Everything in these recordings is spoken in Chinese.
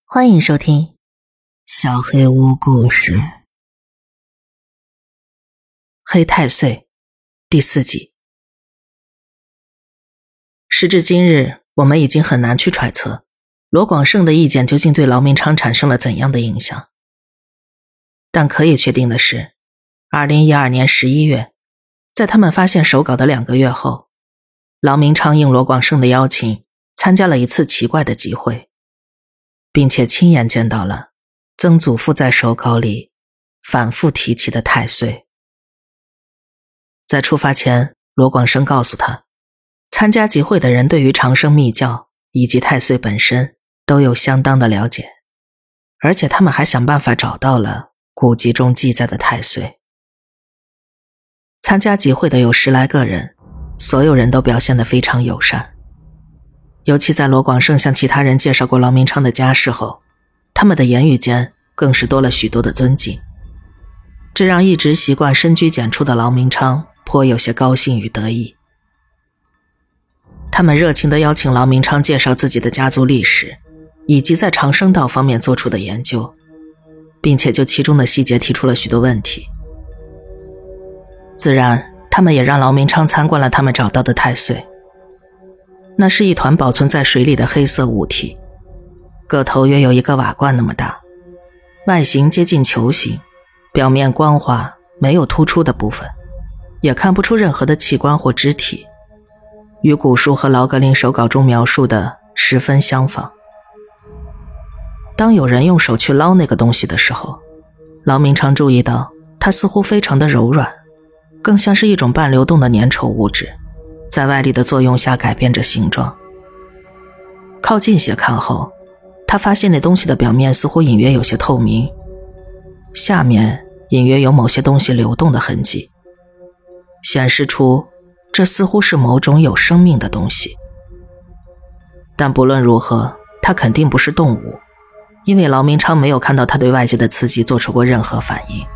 欢迎收听小黑屋故事黑太岁第4集。时至今日，我们已经很难去揣测罗广胜的意见究竟对劳明昌产生了怎样的影响。但可以确定的是2012年11月，在他们发现手稿的2个月后，劳明昌应罗广胜的邀请参加了一次奇怪的集会，并且亲眼见到了曾祖父在手稿里反复提起的太岁。在出发前，罗广生告诉他，参加集会的人对于长生密教以及太岁本身都有相当的了解，而且他们还想办法找到了古籍中记载的太岁。参加集会的有10来个人，所有人都表现得非常友善。尤其在罗广胜向其他人介绍过劳明昌的家世后，他们的言语间更是多了许多的尊敬，这让一直习惯深居简出的劳明昌颇有些高兴与得意。他们热情地邀请劳明昌介绍自己的家族历史，以及在长生道方面做出的研究，并且就其中的细节提出了许多问题。自然，他们也让劳明昌参观了他们找到的太岁。那是一团保存在水里的黑色物体，个头约有1个瓦罐那么大，外形接近球形，表面光滑，没有突出的部分，也看不出任何的器官或肢体，与古书和劳格林手稿中描述的十分相仿。当有人用手去捞那个东西的时候，劳明昌注意到它似乎非常的柔软，更像是一种半流动的粘稠物质，在外力的作用下改变着形状。靠近些看后，他发现那东西的表面似乎隐约有些透明，下面隐约有某些东西流动的痕迹，显示出这似乎是某种有生命的东西。但不论如何，它肯定不是动物，因为劳明昌没有看到它对外界的刺激做出过任何反应。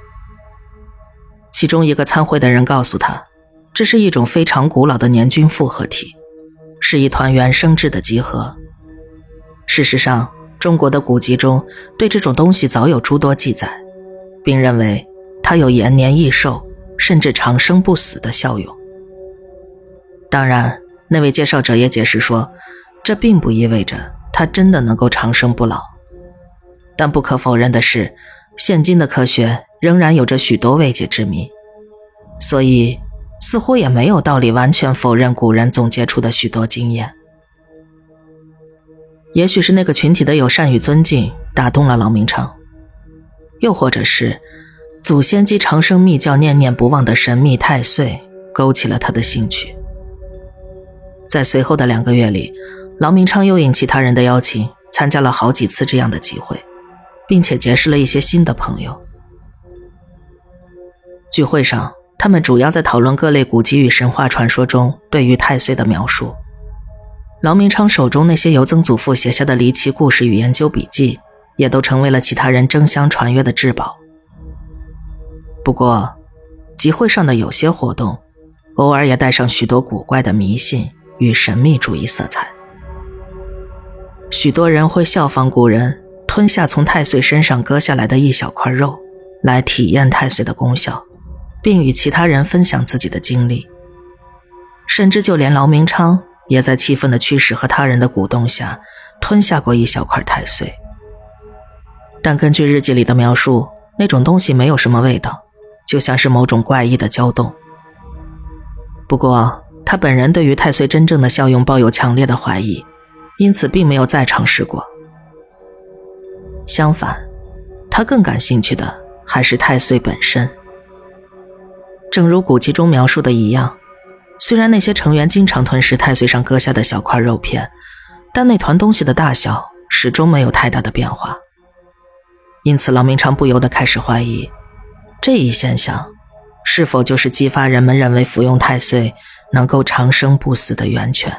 其中一个参会的人告诉他，这是一种非常古老的年菌复合体，是一团原生质的集合。事实上，中国的古籍中对这种东西早有诸多记载，并认为它有延年益寿，甚至长生不死的效用。当然，那位介绍者也解释说，这并不意味着它真的能够长生不老。但不可否认的是，现今的科学仍然有着许多未解之谜，所以似乎也没有道理完全否认古人总结出的许多经验。也许是那个群体的友善与尊敬打动了劳明昌，又或者是祖先及长生密教念念不忘的神秘太岁勾起了他的兴趣。在随后的2个月里，劳明昌又应其他人的邀请参加了好几次这样的集会，并且结识了一些新的朋友。聚会上，他们主要在讨论各类古籍与神话传说中对于太岁的描述。劳明昌手中那些由曾祖父写下的离奇故事与研究笔记，也都成为了其他人争相传阅的至宝。不过，集会上的有些活动，偶尔也带上许多古怪的迷信与神秘主义色彩。许多人会效仿古人，吞下从太岁身上割下来的一小块肉，来体验太岁的功效，并与其他人分享自己的经历。甚至就连劳明昌也在气愤的驱使和他人的鼓动下吞下过一小块太岁。但根据日记里的描述，那种东西没有什么味道，就像是某种怪异的胶冻。不过他本人对于太岁真正的效用抱有强烈的怀疑，因此并没有再尝试过。相反，他更感兴趣的还是太岁本身。正如古籍中描述的一样，虽然那些成员经常吞噬太岁上割下的小块肉片，但那团东西的大小始终没有太大的变化。因此劳明昌不由得开始怀疑，这一现象是否就是激发人们认为服用太岁能够长生不死的源泉。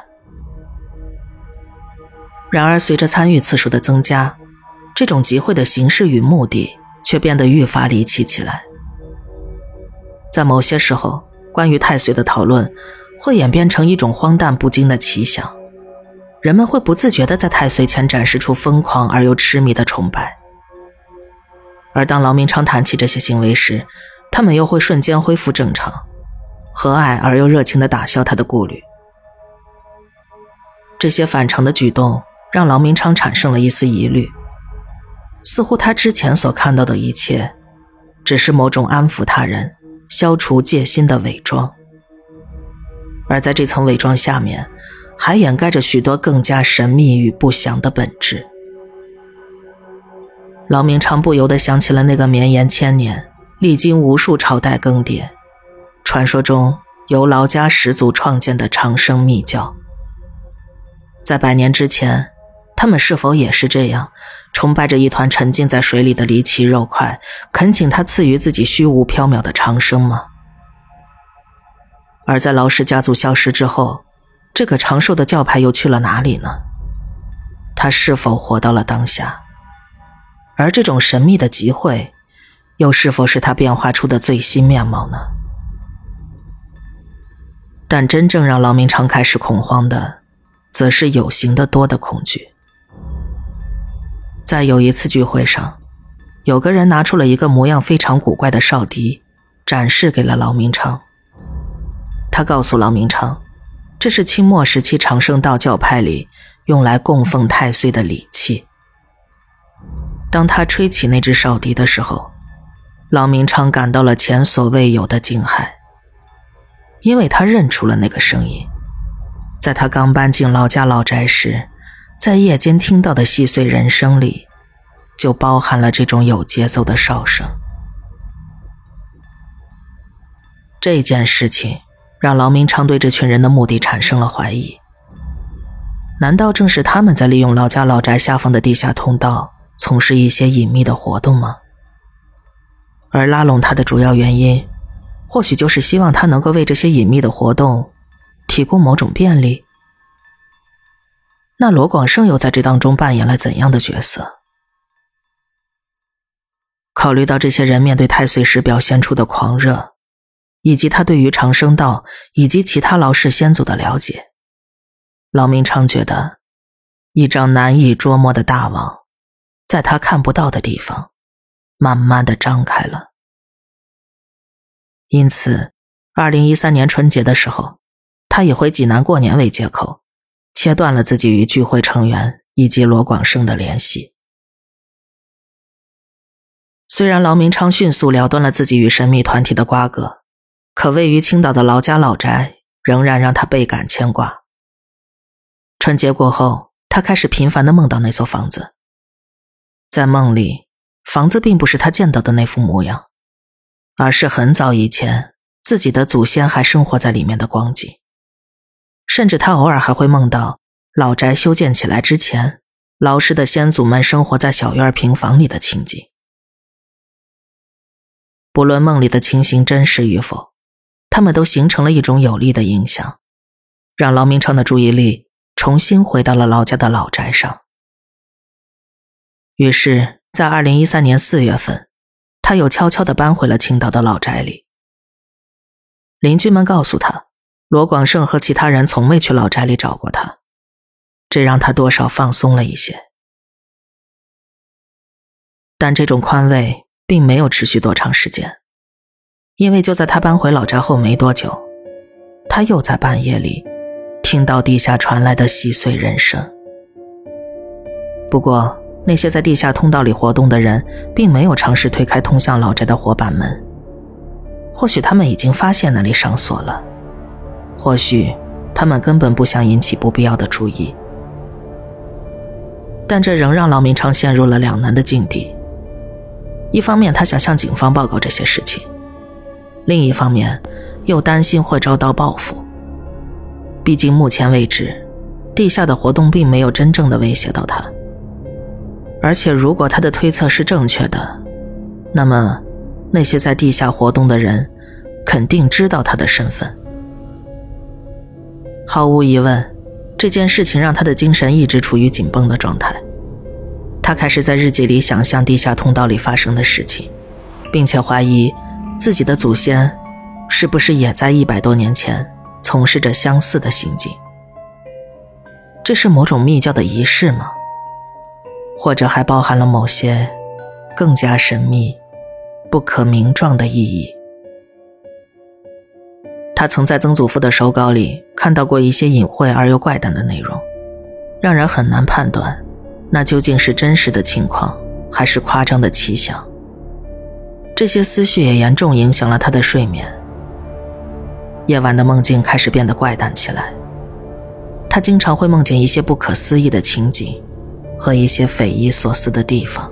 然而随着参与次数的增加，这种集会的形式与目的却变得愈发离奇起来。在某些时候，关于太岁的讨论会演变成一种荒诞不经的奇想， 人们会不自觉地在太岁前展示出疯狂而又痴迷的崇拜。而当劳明昌谈起这些行为时，他们又会瞬间恢复正常，和蔼而又热情地打消他的顾虑。这些反常的举动让劳明昌产生了一丝疑虑，似乎他之前所看到的一切只是某种安抚他人、消除戒心的伪装，而在这层伪装下面还掩盖着许多更加神秘与不祥的本质。劳明昌不由得想起了那个绵延千年、历经无数朝代更迭，传说中由劳家始祖创建的长生密教。在100年之前，他们是否也是这样崇拜着一团沉浸在水里的离奇肉块，恳请他赐予自己虚无缥缈的长生吗？而在劳氏家族消失之后，这个长寿的教派又去了哪里呢？他是否活到了当下？而这种神秘的集会又是否是他变化出的最新面貌呢？但真正让劳明昌开始恐慌的，则是有形的多的恐惧。在有一次聚会上，有个人拿出了一个模样非常古怪的哨笛，展示给了劳明昌。他告诉劳明昌，这是清末时期长生道教派里用来供奉太岁的礼器。当他吹起那只哨笛的时候，劳明昌感到了前所未有的惊骇，因为他认出了那个声音，在他刚搬进劳家老宅时，在夜间听到的细碎人声里，就包含了这种有节奏的哨声。这件事情让劳明昌对这群人的目的产生了怀疑，难道正是他们在利用劳家老宅下方的地下通道从事一些隐秘的活动吗？而拉拢他的主要原因，或许就是希望他能够为这些隐秘的活动提供某种便利。那罗广胜又在这当中扮演了怎样的角色？考虑到这些人面对太岁时表现出的狂热，以及他对于长生道以及其他劳氏先祖的了解，劳明昌觉得一张难以捉摸的大网在他看不到的地方慢慢地张开了。因此2013年春节的时候，他以回济南过年为借口，切断了自己与聚会成员以及罗广胜的联系。虽然劳明昌迅速了断了自己与神秘团体的瓜葛，可位于青岛的劳家老宅仍然让他倍感牵挂。春节过后，他开始频繁地梦到那所房子。在梦里，房子并不是他见到的那副模样，而是很早以前自己的祖先还生活在里面的光景。甚至他偶尔还会梦到老宅修建起来之前，劳氏的先祖们生活在小院平房里的情景。不论梦里的情形真实与否，他们都形成了一种有力的影响，让劳明昌的注意力重新回到了劳家的老宅上。于是在2013年4月份，他又悄悄地搬回了青岛的老宅里。邻居们告诉他，罗广胜和其他人从未去老宅里找过他，这让他多少放松了一些。但这种宽慰并没有持续多长时间，因为就在他搬回老宅后没多久，他又在半夜里听到地下传来的细碎人声。不过那些在地下通道里活动的人并没有尝试推开通向老宅的火板门，或许他们已经发现那里上锁了，或许他们根本不想引起不必要的注意。但这仍让劳明昌陷入了两难的境地。一方面他想向警方报告这些事情，另一方面又担心会遭到报复。毕竟目前为止，地下的活动并没有真正的威胁到他。而且如果他的推测是正确的，那么那些在地下活动的人肯定知道他的身份。毫无疑问，这件事情让他的精神一直处于紧绷的状态。他开始在日记里想象地下通道里发生的事情，并且怀疑自己的祖先是不是也在100多年前从事着相似的行径。 这是某种密教的仪式吗？或者还包含了某些更加神秘、不可名状的意义？他曾在曾祖父的手稿里看到过一些隐晦而又怪诞的内容，让人很难判断那究竟是真实的情况还是夸张的奇想。这些思绪也严重影响了他的睡眠。夜晚的梦境开始变得怪诞起来，他经常会梦见一些不可思议的情景和一些匪夷所思的地方。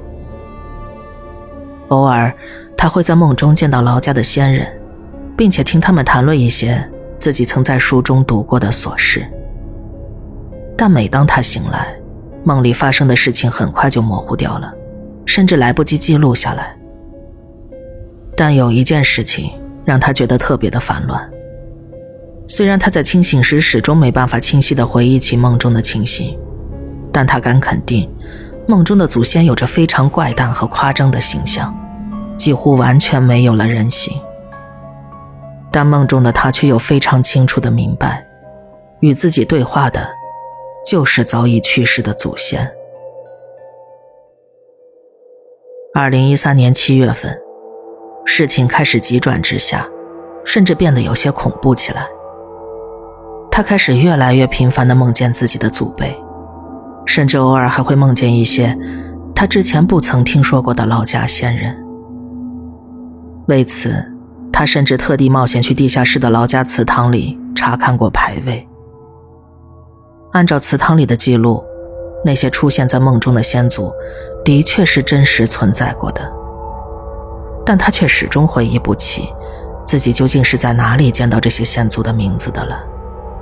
偶尔他会在梦中见到劳家的先人，并且听他们谈论一些自己曾在书中读过的琐事。但每当他醒来，梦里发生的事情很快就模糊掉了，甚至来不及记录下来。但有一件事情让他觉得特别的烦乱。虽然他在清醒时始终没办法清晰地回忆起梦中的情形，但他敢肯定，梦中的祖先有着非常怪诞和夸张的形象，几乎完全没有了人形。但梦中的他却又非常清楚地明白，与自己对话的就是早已去世的祖先。2013年7月份，事情开始急转直下，甚至变得有些恐怖起来。他开始越来越频繁地梦见自己的祖辈，甚至偶尔还会梦见一些他之前不曾听说过的老家先人。为此，他甚至特地冒险去地下室的劳家祠堂里查看过牌位。按照祠堂里的记录，那些出现在梦中的先祖的确是真实存在过的，但他却始终回忆不起自己究竟是在哪里见到这些先祖的名字的了。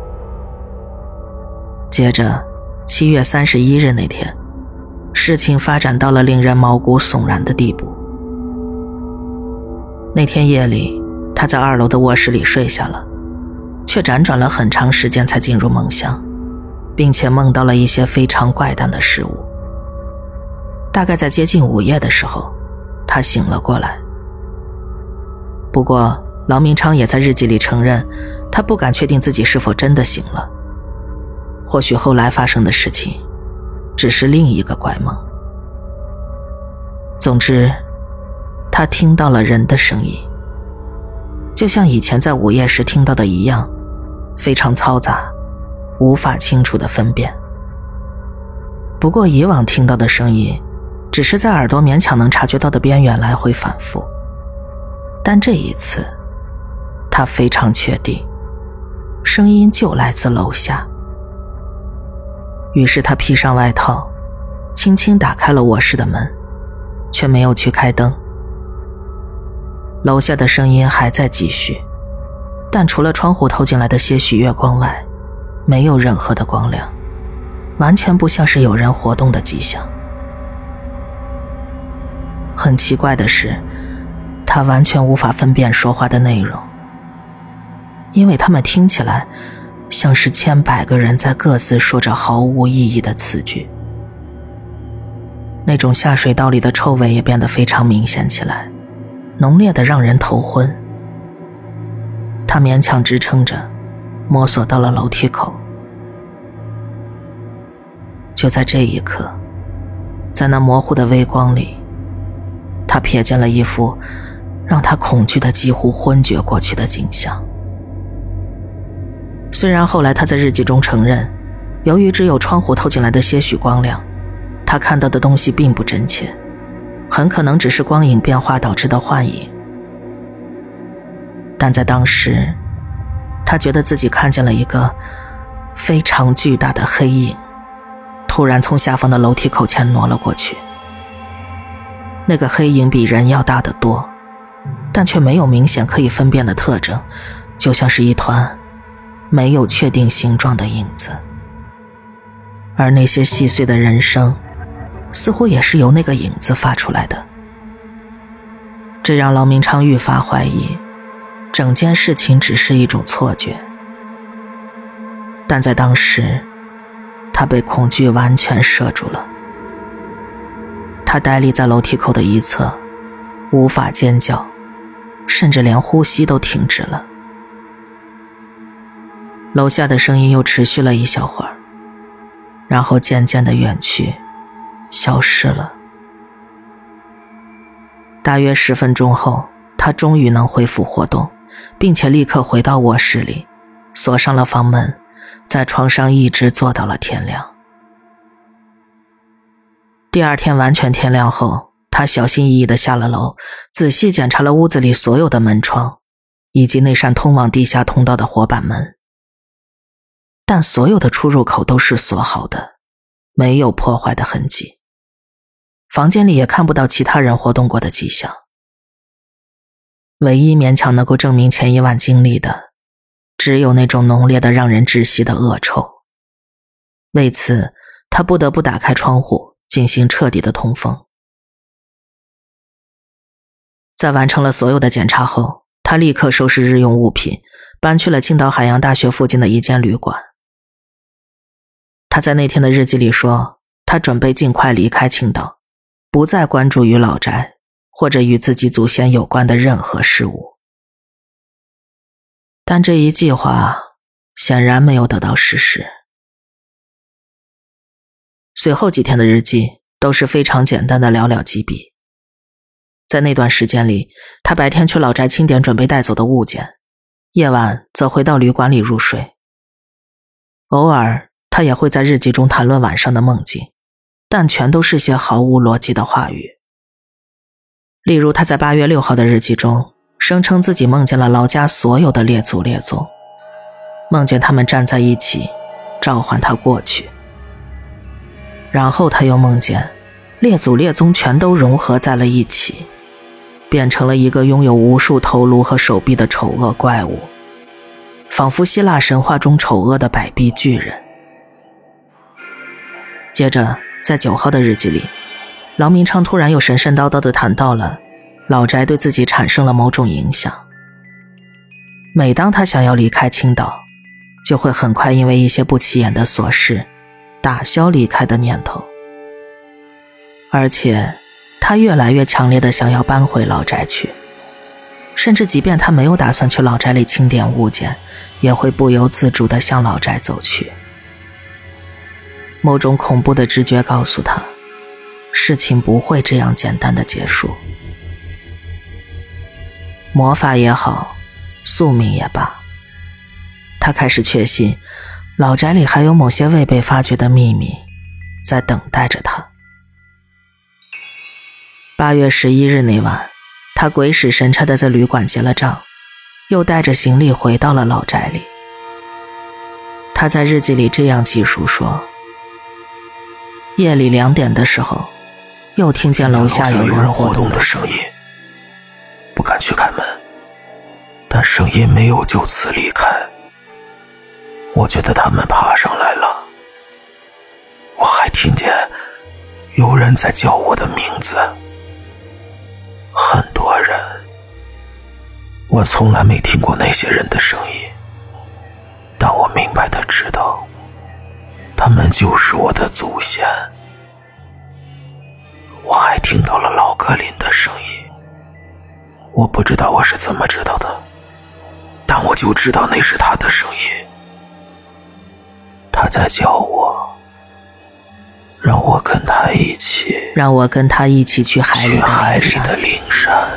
接着7月31日那天，事情发展到了令人毛骨悚然的地步。那天夜里，他在2楼的卧室里睡下了，却辗转了很长时间才进入梦乡，并且梦到了一些非常怪诞的事物。大概在接近午夜的时候，他醒了过来。不过劳明昌也在日记里承认，他不敢确定自己是否真的醒了。或许后来发生的事情只是另一个怪梦。总之，他听到了人的声音，就像以前在午夜时听到的一样，非常嘈杂，无法清楚地分辨。不过以往听到的声音只是在耳朵勉强能察觉到的边缘来回反复，但这一次他非常确定，声音就来自楼下。于是他披上外套，轻轻打开了卧室的门，却没有去开灯。楼下的声音还在继续，但除了窗户透进来的些许月光外，没有任何的光亮，完全不像是有人活动的迹象。很奇怪的是，他完全无法分辨说话的内容，因为他们听起来像是千百个人在各自说着毫无意义的词句。那种下水道里的臭味也变得非常明显起来，浓烈的让人头昏。他勉强支撑着，摸索到了楼梯口。就在这一刻，在那模糊的微光里，他瞥见了一幅让他恐惧的几乎昏厥过去的景象。虽然后来他在日记中承认，由于只有窗户透进来的些许光亮，他看到的东西并不真切，很可能只是光影变化导致的幻影。但在当时，他觉得自己看见了一个非常巨大的黑影，突然从下方的楼梯口前挪了过去。那个黑影比人要大得多，但却没有明显可以分辨的特征，就像是一团没有确定形状的影子。而那些细碎的人声似乎也是由那个影子发出来的。这让劳明昌愈发怀疑整件事情只是一种错觉。但在当时，他被恐惧完全摄住了。他呆立在楼梯口的一侧，无法尖叫，甚至连呼吸都停止了。楼下的声音又持续了一小会儿， 然后渐渐地远去，消失了。大约10分钟后，他终于能恢复活动，并且立刻回到卧室里，锁上了房门，在床上一直坐到了天亮。第二天完全天亮后，他小心翼翼地下了楼，仔细检查了屋子里所有的门窗，以及那扇通往地下通道的活板门。但所有的出入口都是锁好的，没有破坏的痕迹。房间里也看不到其他人活动过的迹象。唯一勉强能够证明前一晚经历的，只有那种浓烈的让人窒息的恶臭。为此，他不得不打开窗户，进行彻底的通风。在完成了所有的检查后，他立刻收拾日用物品，搬去了青岛海洋大学附近的一间旅馆。他在那天的日记里说，他准备尽快离开青岛，不再关注于老宅或者与自己祖先有关的任何事物。但这一计划显然没有得到实施。随后几天的日记都是非常简单的寥寥几笔。在那段时间里，他白天去老宅清点准备带走的物件，夜晚则回到旅馆里入睡。偶尔他也会在日记中谈论晚上的梦境，但全都是些毫无逻辑的话语。例如他在8月6号的日记中声称自己梦见了老家所有的列祖列宗，梦见他们站在一起召唤他过去。然后他又梦见列祖列宗全都融合在了一起，变成了一个拥有无数头颅和手臂的丑恶怪物，仿佛希腊神话中丑恶的百臂巨人。接着在9号的日记里，劳明昌突然又神神叨叨地谈到了老宅对自己产生了某种影响。每当他想要离开青岛，就会很快因为一些不起眼的琐事打消离开的念头。而且他越来越强烈地想要搬回老宅去，甚至即便他没有打算去老宅里清点物件，也会不由自主地向老宅走去。某种恐怖的直觉告诉他，事情不会这样简单的结束。魔法也好，宿命也罢，他开始确信老宅里还有某些未被发掘的秘密在等待着他。8月11日那晚，他鬼使神差地在旅馆结了账，又带着行李回到了老宅里。他在日记里这样记述说，夜里2点的时候，又听见楼下有人活动的声音， 不敢去开门，但声音没有就此离开。我觉得他们爬上来了，我还听见有人在叫我的名字，很多人，我从来没听过那些人的声音，但我明白地知道，他们就是我的祖先。我还听到了老格林的声音，我不知道我是怎么知道的，但我就知道那是他的声音。他在叫我，让我跟他一起去海里的灵山。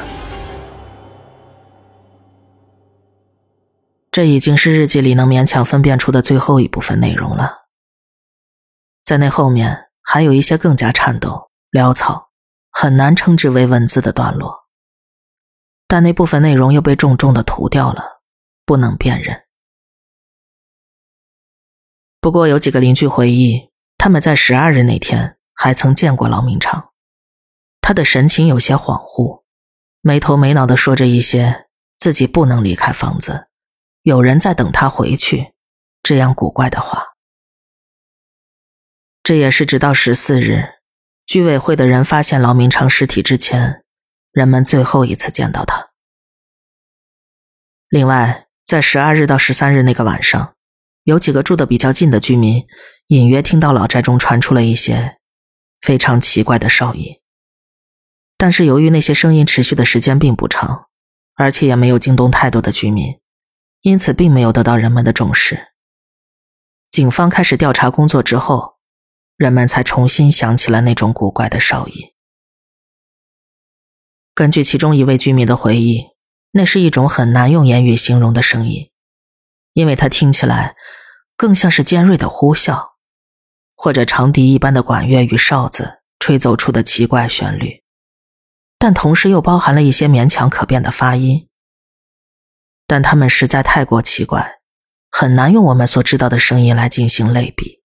这已经是日记里能勉强分辨出的最后一部分内容了。在那后面还有一些更加颤抖潦草，很难称之为文字的段落，但那部分内容又被重重地涂掉了，不能辨认。不过有几个邻居回忆，他们在12日那天还曾见过劳明昌，他的神情有些恍惚，没头没脑地说着一些自己不能离开房子，有人在等他回去这样古怪的话。这也是直到14日居委会的人发现劳明昌尸体之前，人们最后一次见到他。另外在12日到13日那个晚上，有几个住得比较近的居民隐约听到老宅中传出了一些非常奇怪的哨音，但是由于那些声音持续的时间并不长，而且也没有惊动太多的居民，因此并没有得到人们的重视。警方开始调查工作之后， 人们才重新想起了那种古怪的哨音。根据其中一位居民的回忆，那是一种很难用言语形容的声音，因为它听起来更像是尖锐的呼啸，或者长笛一般的管乐与哨子吹奏出的奇怪旋律，但同时又包含了一些勉强可辨的发音。但它们实在太过奇怪，很难用我们所知道的声音来进行类比。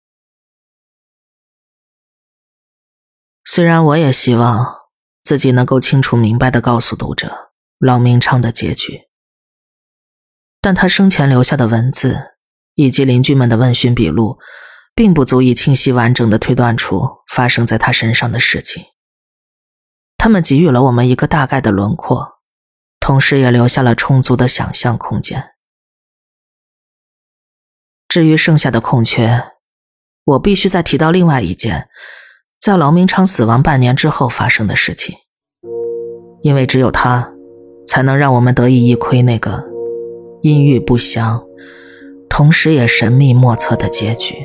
虽然我也希望自己能够清楚明白地告诉读者郎明昌的结局，但他生前留下的文字以及邻居们的问询笔录并不足以清晰完整地推断出发生在他身上的事情。他们给予了我们一个大概的轮廓，同时也留下了充足的想象空间。至于剩下的空缺，我必须再提到另外一件在郎明昌死亡半年之后发生的事情，因为只有他才能让我们得以一窥那个阴郁不详，同时也神秘莫测的结局。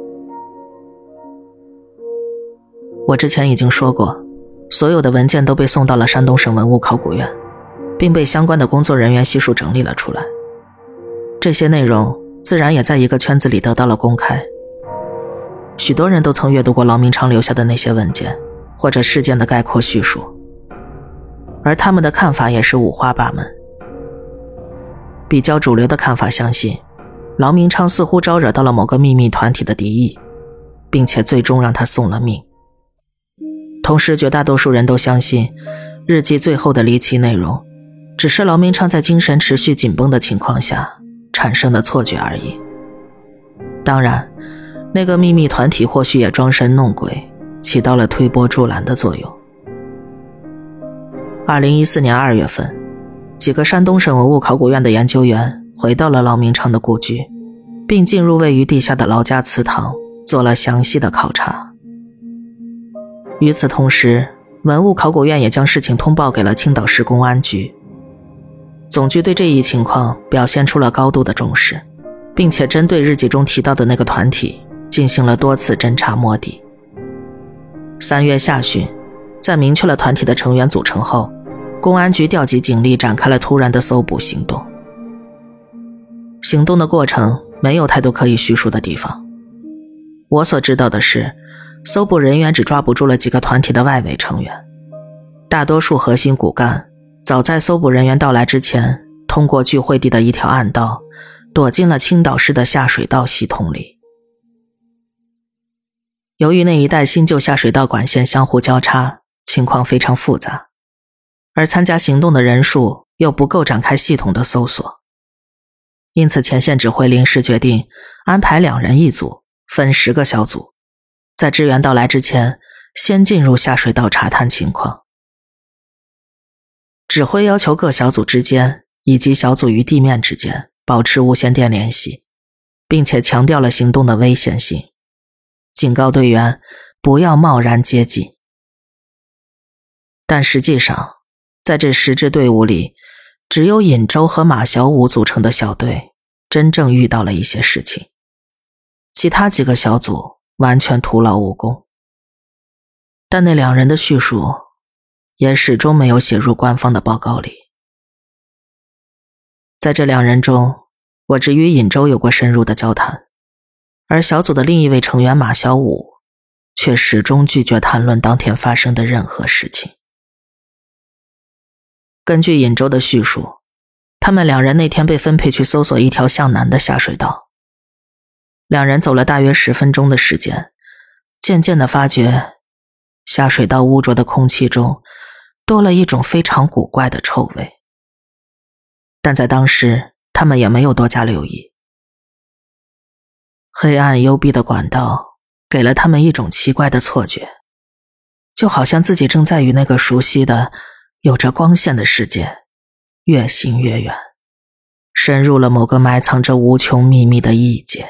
我之前已经说过，所有的文件都被送到了山东省文物考古院，并被相关的工作人员悉数整理了出来。这些内容自然也在一个圈子里得到了公开。许多人都曾阅读过郎明昌留下的那些文件，或者事件的概括叙述，而他们的看法也是五花八门。比较主流的看法相信，郎明昌似乎招惹到了某个秘密团体的敌意，并且最终让他送了命。同时绝大多数人都相信，日记最后的离奇内容只是郎明昌在精神持续紧绷的情况下产生的错觉而已。当然，那个秘密团体或许也装神弄鬼，起到了推波助澜的作用。2014年2月份，几个山东省文物考古院的研究员回到了郎明昌的故居，并进入位于地下的劳家祠堂做了详细的考察。与此同时，文物考古院也将事情通报给了青岛市公安局。总局对这一情况表现出了高度的重视，并且针对日记中提到的那个团体进行了多次侦查摸底。3月下旬，在明确了团体的成员组成后，公安局调集警力展开了突然的搜捕行动。行动的过程没有太多可以叙述的地方。我所知道的是，搜捕人员只抓捕住了几个团体的外围成员，大多数核心骨干早在搜捕人员到来之前，通过聚会地的一条暗道躲进了青岛市的下水道系统里。由于那一带新旧下水道管线相互交叉，情况非常复杂，而参加行动的人数又不够展开系统的搜索，因此前线指挥临时决定安排2人一组，分10个小组，在支援到来之前先进入下水道查探情况。指挥要求各小组之间以及小组与地面之间保持无线电联系，并且强调了行动的危险性，警告队员不要贸然接近。但实际上，在这10支队伍里，只有尹周和马小武组成的小队真正遇到了一些事情，其他几个小组完全徒劳无功。但那2人的叙述也始终没有写入官方的报告里。在这2人中，我只与尹周有过深入的交谈，而小组的另一位成员马小武却始终拒绝谈论当天发生的任何事情。根据尹周的叙述，他们2人那天被分配去搜索一条向南的下水道。2人走了大约10分钟的时间，渐渐地发觉下水道污浊的空气中多了一种非常古怪的臭味，但在当时他们也没有多加留意。黑暗幽闭的管道给了他们一种奇怪的错觉，就好像自己正在与那个熟悉的有着光线的世界越行越远，深入了某个埋藏着无穷秘密的异界。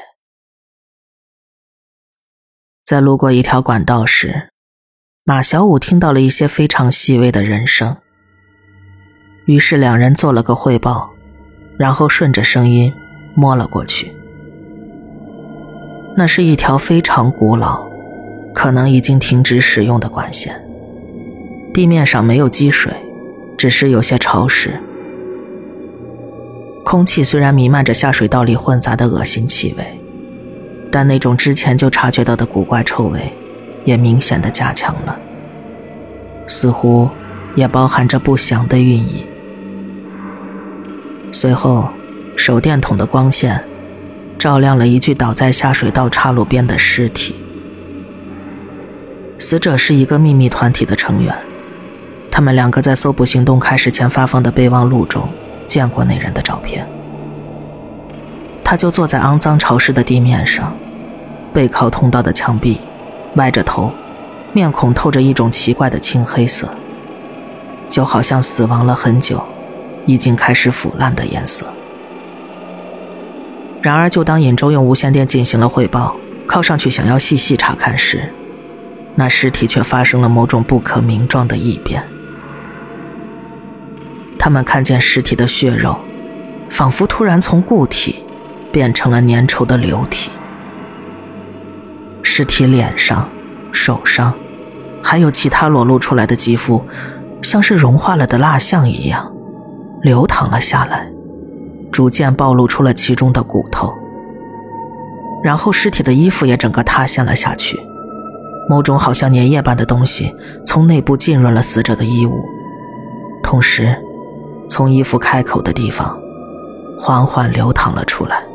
在路过一条管道时，马小武听到了一些非常细微的人声，于是2人做了个汇报，然后顺着声音摸了过去。那是一条非常古老可能已经停止使用的管线。地面上没有积水，只是有些潮湿。空气虽然弥漫着下水道里混杂的恶心气味，但那种之前就察觉到的古怪臭味也明显地加强了，似乎也包含着不祥的寓意。随后，手电筒的光线照亮了一具倒在下水道岔路边的尸体。死者是一个秘密团体的成员，他们两个在搜捕行动开始前发放的备忘录中见过那人的照片。他就坐在肮脏潮湿的地面上，背靠通道的墙壁，歪着头，面孔透着一种奇怪的青黑色，就好像死亡了很久，已经开始腐烂的颜色。然而就当尹周用无线电进行了汇报，靠上去想要细细查看时，那尸体却发生了某种不可名状的异变。他们看见尸体的血肉仿佛突然从固体变成了粘稠的流体，尸体脸上、手上还有其他裸露出来的肌肤像是融化了的蜡像一样流淌了下来，逐渐暴露出了其中的骨头。然后尸体的衣服也整个塌陷了下去，某种好像粘液般的东西从内部浸润了死者的衣物，同时从衣服开口的地方缓缓流淌了出来。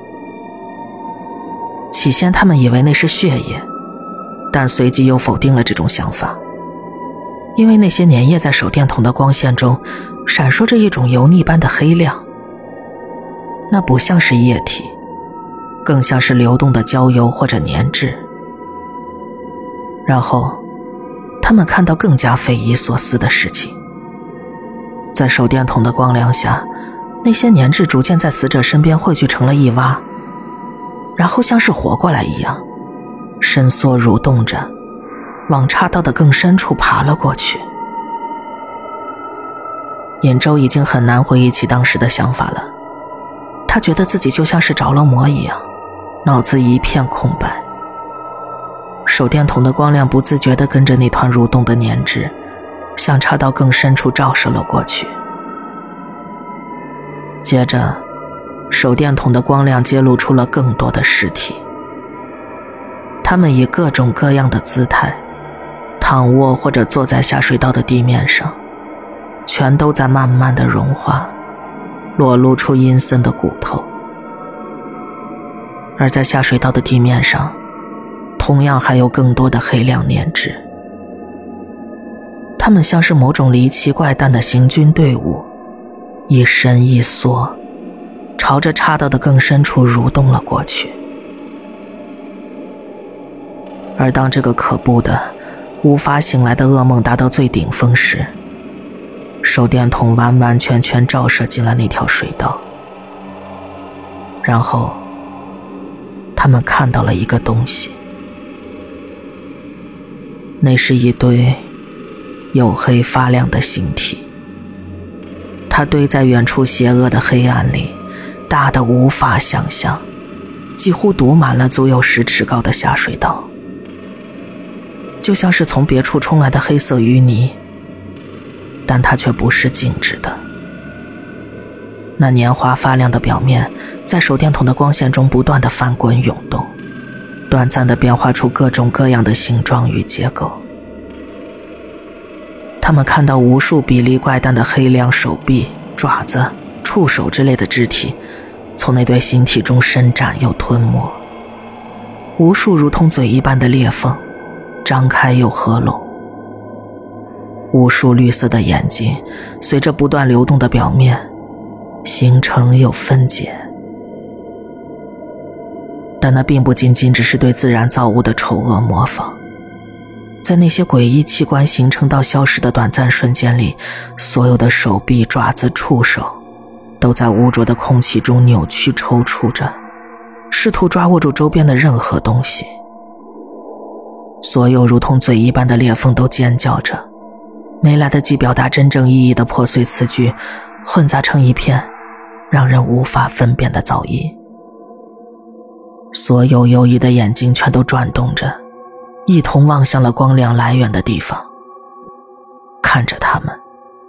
起先他们以为那是血液，但随即又否定了这种想法，因为那些粘液在手电筒的光线中闪烁着一种油腻般的黑亮，那不像是液体，更像是流动的焦油或者粘质。然后他们看到更加匪夷所思的事情，在手电筒的光亮下，那些粘质逐渐在死者身边汇聚成了一洼，然后像是活过来一样伸缩蠕动着往岔道的更深处爬了过去。尹周已经很难回忆起当时的想法了，他觉得自己就像是着了魔一样，脑子一片空白。手电筒的光亮不自觉地跟着那团蠕动的粘质向岔道更深处照射了过去。接着手电筒的光亮揭露出了更多的尸体，他们以各种各样的姿态躺卧或者坐在下水道的地面上，全都在慢慢的融化，裸露出阴森的骨头。而在下水道的地面上同样还有更多的黑亮粘质，它们像是某种离奇怪诞的行军队伍，一伸一缩，朝着岔道的更深处蠕动了过去。而当这个可怖的无法醒来的噩梦达到最顶峰时，手电筒完完全全照射进了那条水道，然后他们看到了一个东西，那是一堆黝黑发亮的形体，它堆在远处邪恶的黑暗里，大得无法想象，几乎堵满了足有10尺高的下水道，就像是从别处冲来的黑色淤泥，但它却不是静止的。那年华发亮的表面在手电筒的光线中不断地翻滚涌动，短暂地变化出各种各样的形状与结构。他们看到无数比例怪诞的黑亮手臂、爪子、触手之类的肢体从那堆形体中伸展又吞没，无数如同嘴一般的裂缝张开又合拢，无数绿色的眼睛随着不断流动的表面形成又分解。但那并不仅仅只是对自然造物的丑恶模仿，在那些诡异器官形成到消失的短暂瞬间里，所有的手臂、爪子、触手都在污浊的空气中扭曲抽搐着，试图抓握住周边的任何东西。所有如同嘴一般的裂缝都尖叫着，没来得及表达真正意义的破碎词句混杂成一片让人无法分辨的噪音。所有游移的眼睛全都转动着， 一同望向了光亮来源的地方，看着他们。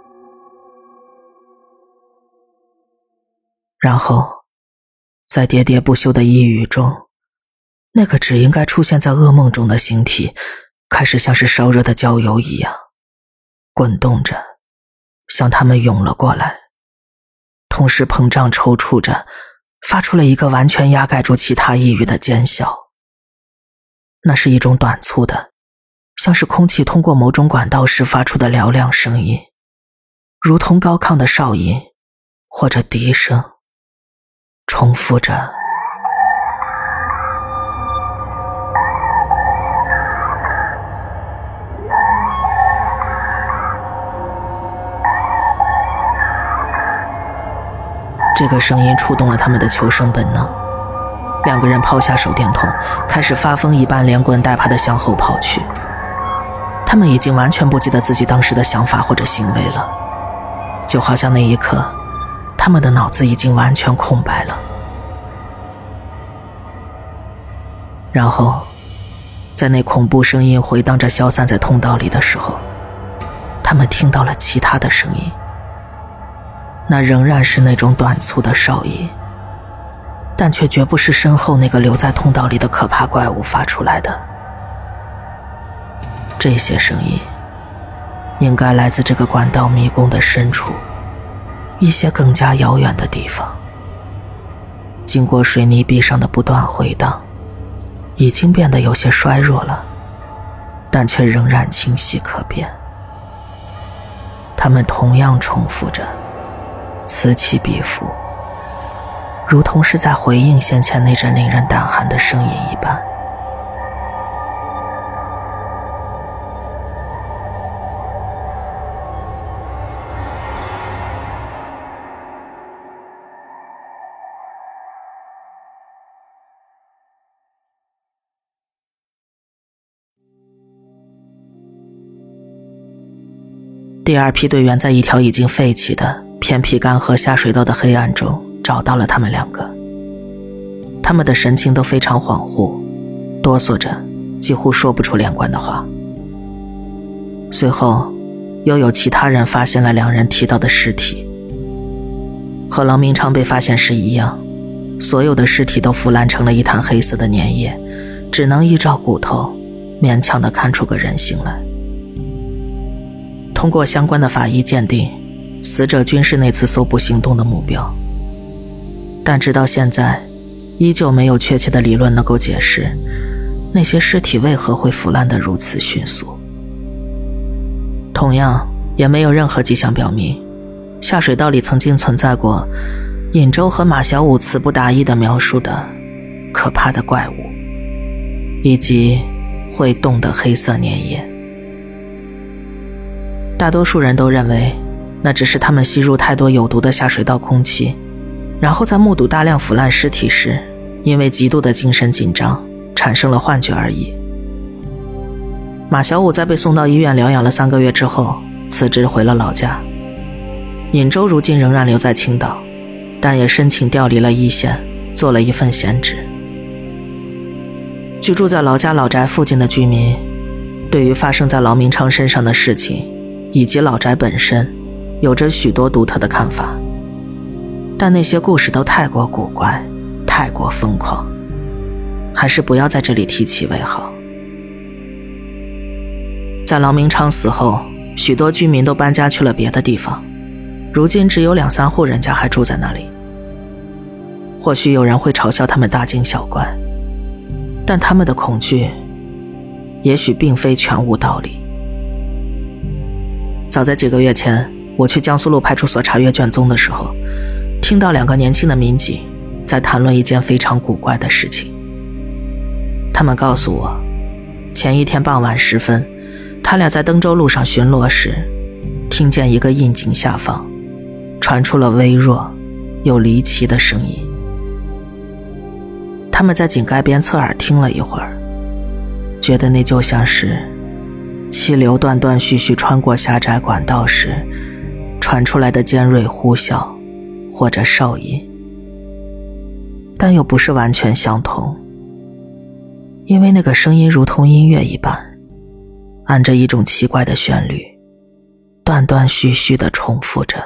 然后在喋喋不休的呓语中，那个只应该出现在噩梦中的形体开始像是烧热的焦油一样滚动着向他们涌了过来，同时膨胀抽搐着，发出了一个完全压盖住其他呓语的尖笑。那是一种短促的，像是空气通过某种管道时发出的嘹亮声音，如同高亢的哨音或者笛声，重复着这个声音触动了他们的求生本能，两个人抛下手电筒，开始发疯一般连滚带爬地向后跑去。他们已经完全不记得自己当时的想法或者行为了，就好像那一刻他们的脑子已经完全空白了。然后在那恐怖声音回荡着消散在通道里的时候，他们听到了其他的声音，那仍然是那种短促的哨音，但却绝不是身后那个留在通道里的可怕怪物发出来的。这些声音应该来自这个管道迷宫的深处，一些更加遥远的地方。经过水泥壁上的不断回荡，已经变得有些衰弱了，但却仍然清晰可辨。它们同样重复着，此起彼伏，如同是在回应先前那阵令人胆寒的声音一般。第二批队员在一条已经废弃的偏僻干涸下水道的黑暗中找到了他们两个，他们的神情都非常恍惚，哆嗦着，几乎说不出连贯的话。随后又有其他人发现了两人提到的尸体，和郎明昌被发现时一样，所有的尸体都腐烂成了一滩黑色的粘液，只能依照骨头勉强地看出个人形来。通过相关的法医鉴定，死者均是那次搜捕行动的目标，但直到现在依旧没有确切的理论能够解释那些尸体为何会腐烂得如此迅速。同样也没有任何迹象表明下水道里曾经存在过尹周和马小五词不达意地描述的可怕的怪物，以及会动的黑色粘液。大多数人都认为那只是他们吸入太多有毒的下水道空气，然后在目睹大量腐烂尸体时，因为极度的精神紧张产生了幻觉而已。马小五在被送到医院疗养了3个月之后辞职回了老家，尹周如今仍然留在青岛，但也申请调离了一线，做了一份闲职。居住在老家老宅附近的居民对于发生在郎明昌身上的事情以及老宅本身有着许多独特的看法，但那些故事都太过古怪，太过疯狂，还是不要在这里提起为好。在郎明昌死后，许多居民都搬家去了别的地方，如今只有2-3户人家还住在那里。或许有人会嘲笑他们大惊小怪，但他们的恐惧也许并非全无道理。早在几个月前，我去江苏路派出所查阅卷宗的时候，听到2个年轻的民警在谈论一件非常古怪的事情。他们告诉我，前一天傍晚时分，他俩在登州路上巡逻时，听见一个窨井下方传出了微弱又离奇的声音。他们在井盖边侧耳听了一会儿，觉得那就像是气流断断续续穿过狭窄管道时传出来的尖锐呼啸或者哨音，但又不是完全相同。 因为那个声音如同音乐一般，按着一种奇怪的旋律，断断续续地重复着。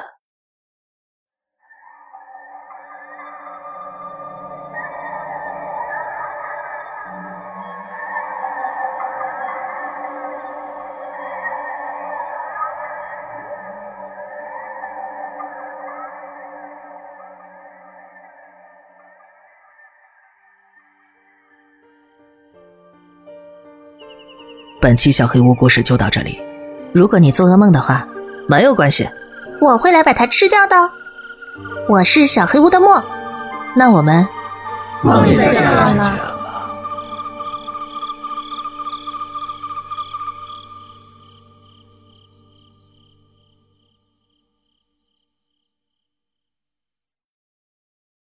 本期小黑屋故事就到这里，如果你做噩梦的话，没有关系， 我会来把它吃掉的。我是小黑屋的墨， 那我们梦里再见了。